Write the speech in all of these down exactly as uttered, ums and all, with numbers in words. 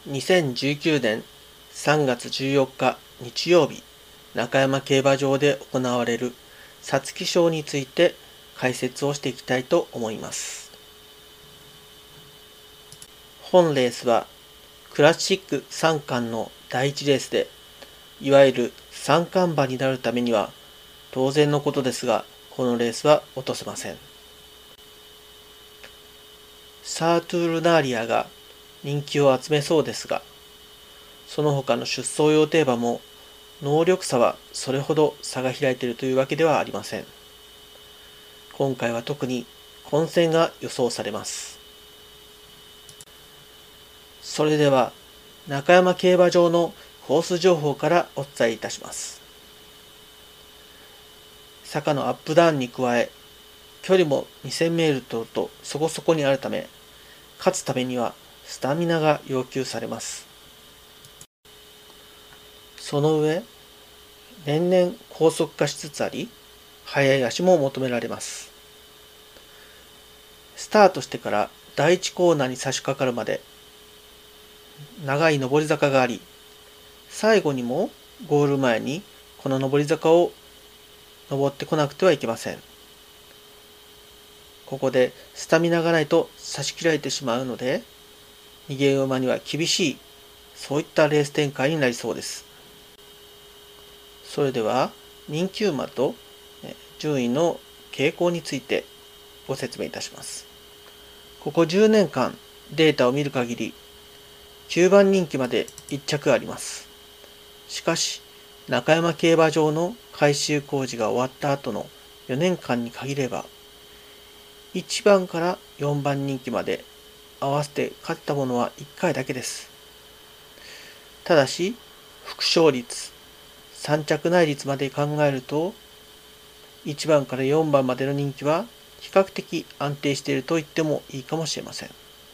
にせんじゅうきゅうねんさんがつじゅうよっか日曜日、中山競馬場で行われる皐月賞について解説をしていきたいと思います。本レースはクラシックさん冠のだいいちレースで、いわゆる三冠馬になるためには当然のことですが、このレースは落とせません。サートゥールナーリアが人気を集めそうですが、その他の出走予定馬も能力差はそれほど差が開いているというわけではありません。今回は特に混戦が予想されます。それでは中山競馬場のコース情報からお伝えいたします。坂のアップダウンに加え、距離もにせんメートルとそこそこにあるため、勝つためにはスタミナが要求されます。その上、年々高速化しつつあり、速い足も求められます。スタートしてからだいいちコーナーに差し掛かるまで、長い上り坂があり、最後にもゴール前にこの上り坂を登ってこなくてはいけません。ここでスタミナがないと差し切られてしまうので、逃げ馬には厳しい、そういったレース展開になりそうです。それでは人気馬と順位の傾向についてご説明いたします。ここじゅうねんかんデータを見る限り、きゅうばん人気までいっ着あります。しかし、中山競馬場の改修工事が終わった後のよねんかんに限れば、いちばんからよんばん人気まで合わせて勝ったものはいっかいだけです。ただし、副勝率、さん着内率まで考えると、いちばんからよんばんまでの人気は比較的安定していると言ってもいいかもしれません。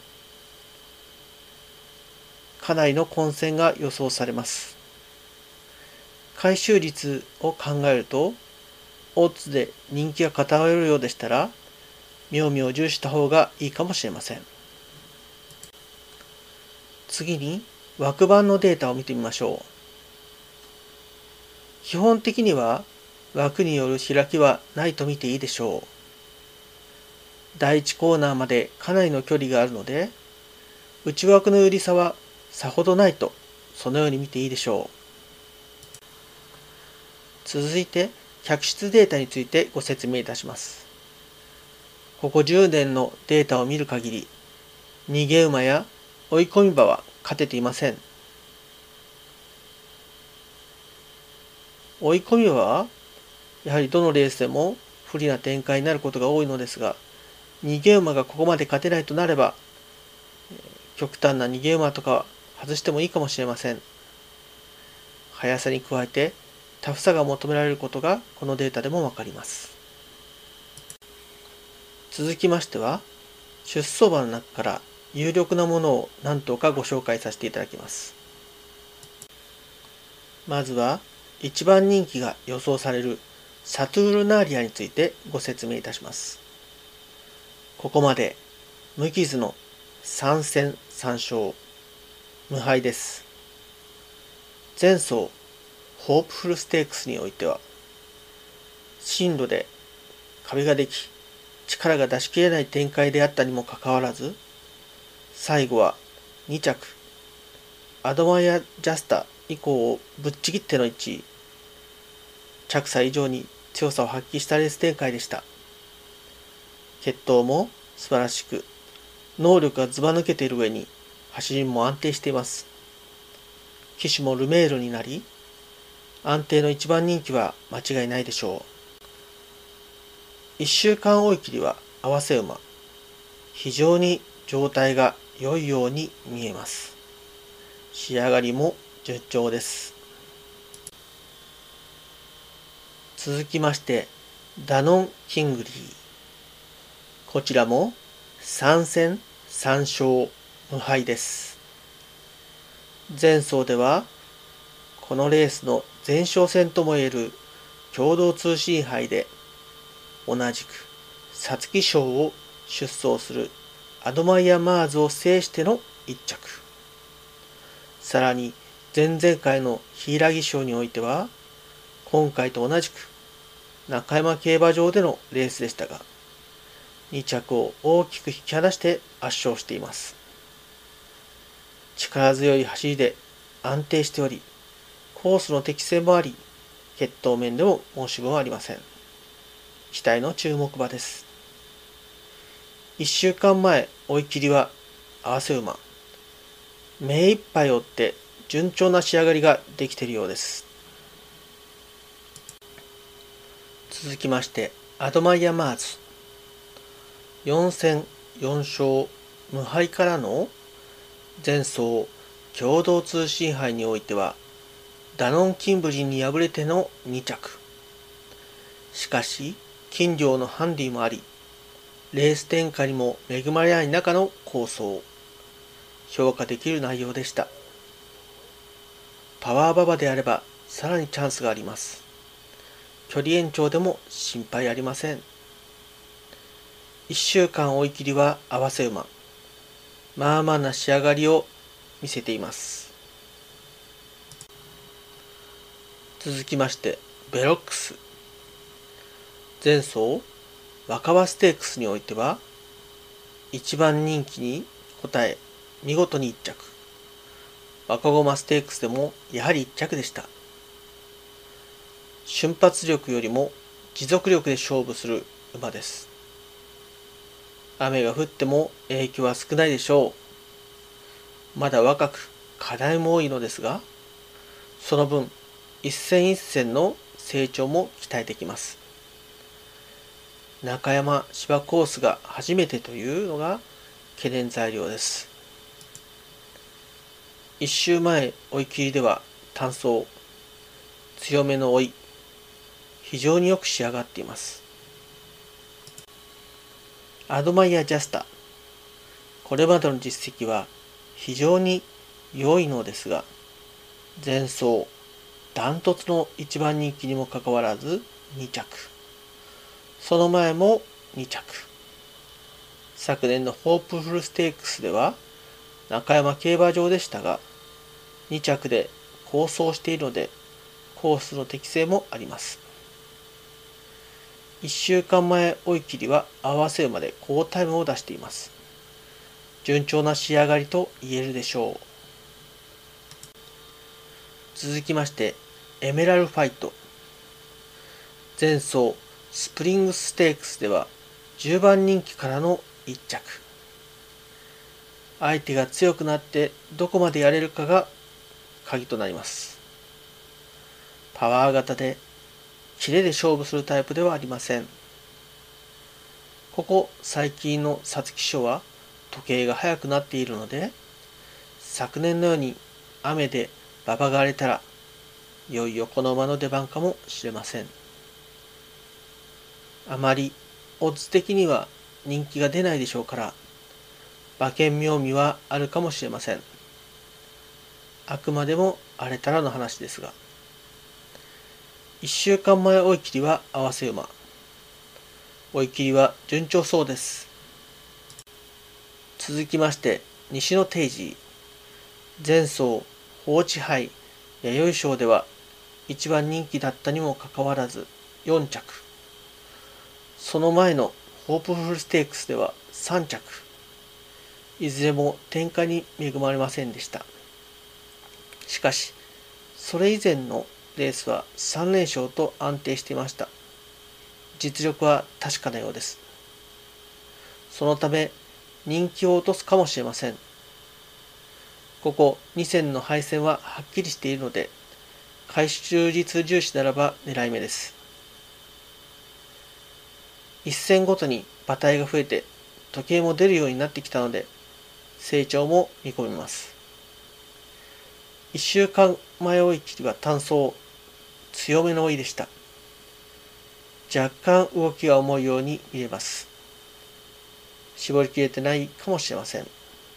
かなりの混戦が予想されます。回収率を考えると、オッズで人気が偏るようでしたら、妙味を重視した方がいいかもしれません。次に枠番のデータを見てみましょう。基本的には枠による開きはないと見ていいでしょう。だいいちコーナーまでかなりの距離があるので、内枠の有利さはさほどないと、そのように見ていいでしょう。続いて客室データについてご説明いたします。ここじゅうねんのデータを見る限り、逃げ馬や追い込み馬は勝てていません。追い込み馬は、やはりどのレースでも不利な展開になることが多いのですが、逃げ馬がここまで勝てないとなれば、極端な逃げ馬とかは外してもいいかもしれません。速さに加えてタフさが求められることがこのデータでもわかります。続きましては、出走馬の中から有力なものを何頭かご紹介させていただきます。まずはいちばん人気が予想されるサトゥールナーリアについてご説明いたします。ここまで無傷のさん戦さん勝、無敗です。前走ホープフルステークスにおいては、進路で壁ができ、力が出し切れない展開であったにもかかわらず、最後はに着、アドマイヤ・ジャスタ以降をぶっちぎってのいちい、着差以上に強さを発揮したレース展開でした。血統も素晴らしく、能力がずば抜けている上に走りも安定しています。騎手もルメールになり、安定の一番人気は間違いないでしょう。いっしゅうかん追い切りは合わせ馬。非常に状態が良いように見えます。仕上がりも順調です。続きまして、ダノン・キングリー。こちらもさん戦さん勝無敗です。前走では、このレースの前哨戦ともいえる共同通信杯で、同じく皐月賞を出走するアドマイヤ・マーズを制しての一着。 さらに前々回の柊賞においては、今回と同じく中山競馬場でのレースでしたが、に着を大きく引き離して圧勝しています。力強い走りで安定しており、コースの適性もあり、血統面でも申し分はありません。期待の注目馬です。いっしゅうかんまえ追い切りは合わせ馬。目いっぱい追って順調な仕上がりができているようです。続きましてアドマイヤマーズ。よん戦よん勝無敗からの前走共同通信杯においてはダノン・キンブリーに敗れてのに着。しかし金量のハンディもあり、レース展開にも恵まれない中の構想、評価できる内容でした。パワー馬場であればさらにチャンスがあります。距離延長でも心配ありません。いっしゅうかん追い切りは合わせ馬。まあまあな仕上がりを見せています。続きましてベロックス。前走若葉ステークスにおいてはいちばん人気に応え見事にいっ着。若駒ステークスでもやはりいっ着でした。瞬発力よりも持続力で勝負する馬です。雨が降っても影響は少ないでしょう。まだ若く課題も多いのですが、その分一戦一戦の成長も期待できます。中山芝コースが初めてというのが懸念材料です。一周前追い切りでは単走、強めの追い、非常によく仕上がっています。アドマイヤジャスタ。これまでの実績は非常に良いのですが、前走、ダントツのいちばん人気にもかかわらずに着。その前もに着。昨年のホープフルステークスでは中山競馬場でしたが、に着で好走しているので、コースの適性もあります。いっしゅうかんまえ追い切りは合わせ馬で好タイムを出しています。順調な仕上がりと言えるでしょう。続きましてエメラルファイト。前走スプリングステークスではじゅうばん人気からのいっ着。相手が強くなってどこまでやれるかが鍵となります。パワー型でキレで勝負するタイプではありません。ここ最近の皐月賞は時計が速くなっているので、昨年のように雨で馬場が荒れたらいよいよこの馬の出番かもしれません。あまりオッズ的には人気が出ないでしょうから、馬券妙味はあるかもしれません。あくまでも荒れたらの話ですが、いっしゅうかんまえ追い切りは合わせ馬。追い切りは順調そうです。続きまして西野定治。前走放置杯弥生賞ではいちばん人気だったにもかかわらずよん着。その前のホープフルステークスではさん着。いずれも展開に恵まれませんでした。しかし、それ以前のレースはさん連勝と安定していました。実力は確かなようです。そのため、人気を落とすかもしれません。ここに戦の敗戦ははっきりしているので、回収率重視ならば狙い目です。いっ戦ごとに馬体が増えて時計も出るようになってきたので成長も見込みます。いっしゅうかんまえ追い切りは単走、強めの追いでした。若干動きが重いように見えます。絞りきれてないかもしれません。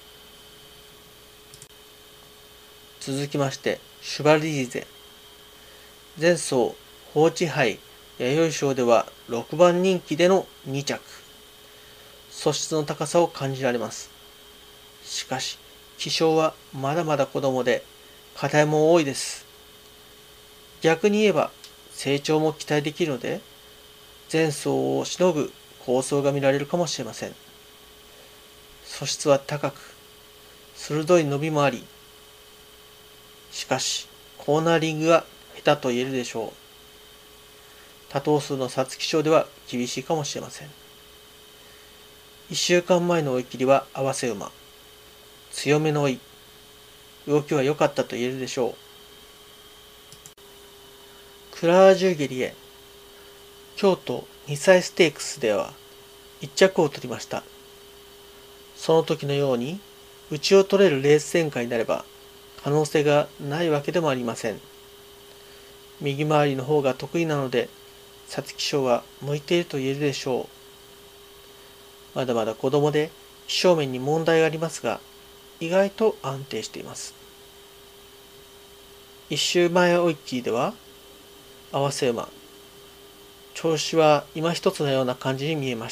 続きましてシュバリーゼ。前走放置杯弥生賞ではろくばん人気でのに着。素質の高さを感じられます。しかし気性はまだまだ子供で課題も多いです。逆に言えば成長も期待できるので、前走をしのぐ構想が見られるかもしれません。素質は高く、鋭い伸びもあり、しかしコーナーリングが下手と言えるでしょう。多頭数の皐月賞では厳しいかもしれません。いっしゅうかんまえの追い切りは合わせ馬。強めの追い。動きは良かったと言えるでしょう。クラージュゲリエ。京都にさいステークスではいっ着を取りました。その時のように内を取れるレース展開になれば可能性がないわけでもありません。右回りの方が得意なので皐月賞は向いていると言えるでしょう。まだまだ子供で気性面に問題がありますが、意外と安定しています。一周前追い切りでは合わせ馬。調子は今一つのような感じに見えました。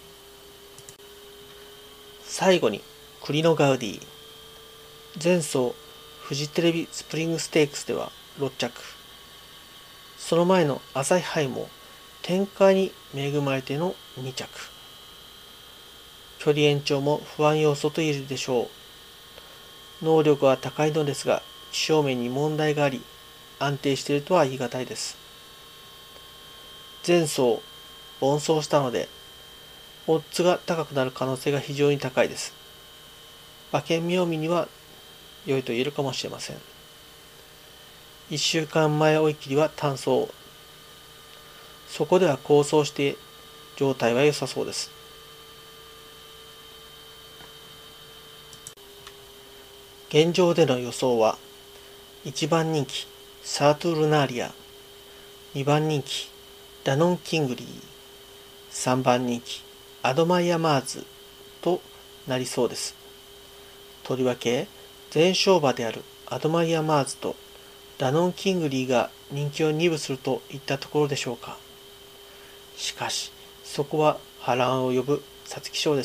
最後に栗のガウディ。前走フジテレビスプリングステークスではろっ着。その前の朝日杯も展開に恵まれてのに着。距離延長も不安要素と言えるでしょう。能力は高いのですが、気性面に問題があり、安定しているとは言い難いです。前走、凡走したので、オッズが高くなる可能性が非常に高いです。馬券妙味には良いと言えるかもしれません。いっしゅうかんまえ追い切りは単走。そこでは構想して状態は良さそうです。現状での予想は、いちばん人気サートゥルナーリア、にばん人気ダノンキングリー、さんばん人気アドマイヤマーズとなりそうです。とりわけ前勝馬であるアドマイヤマーズとダノンキングリーが人気を二分するといったところでしょうか。しかしそこは波乱を呼ぶ皐月賞です。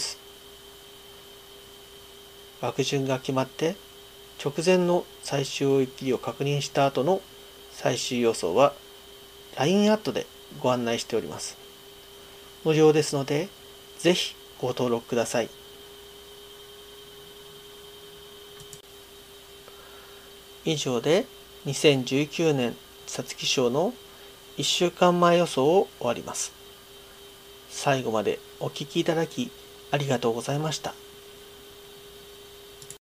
枠順が決まって直前の最終追い切りを確認した後の最終予想は ライン アットでご案内しております。無料ですのでぜひご登録ください。以上でにせんじゅうきゅうねん皐月賞のいっしゅうかんまえ予想を終わります。最後までお聞きいただきありがとうございました。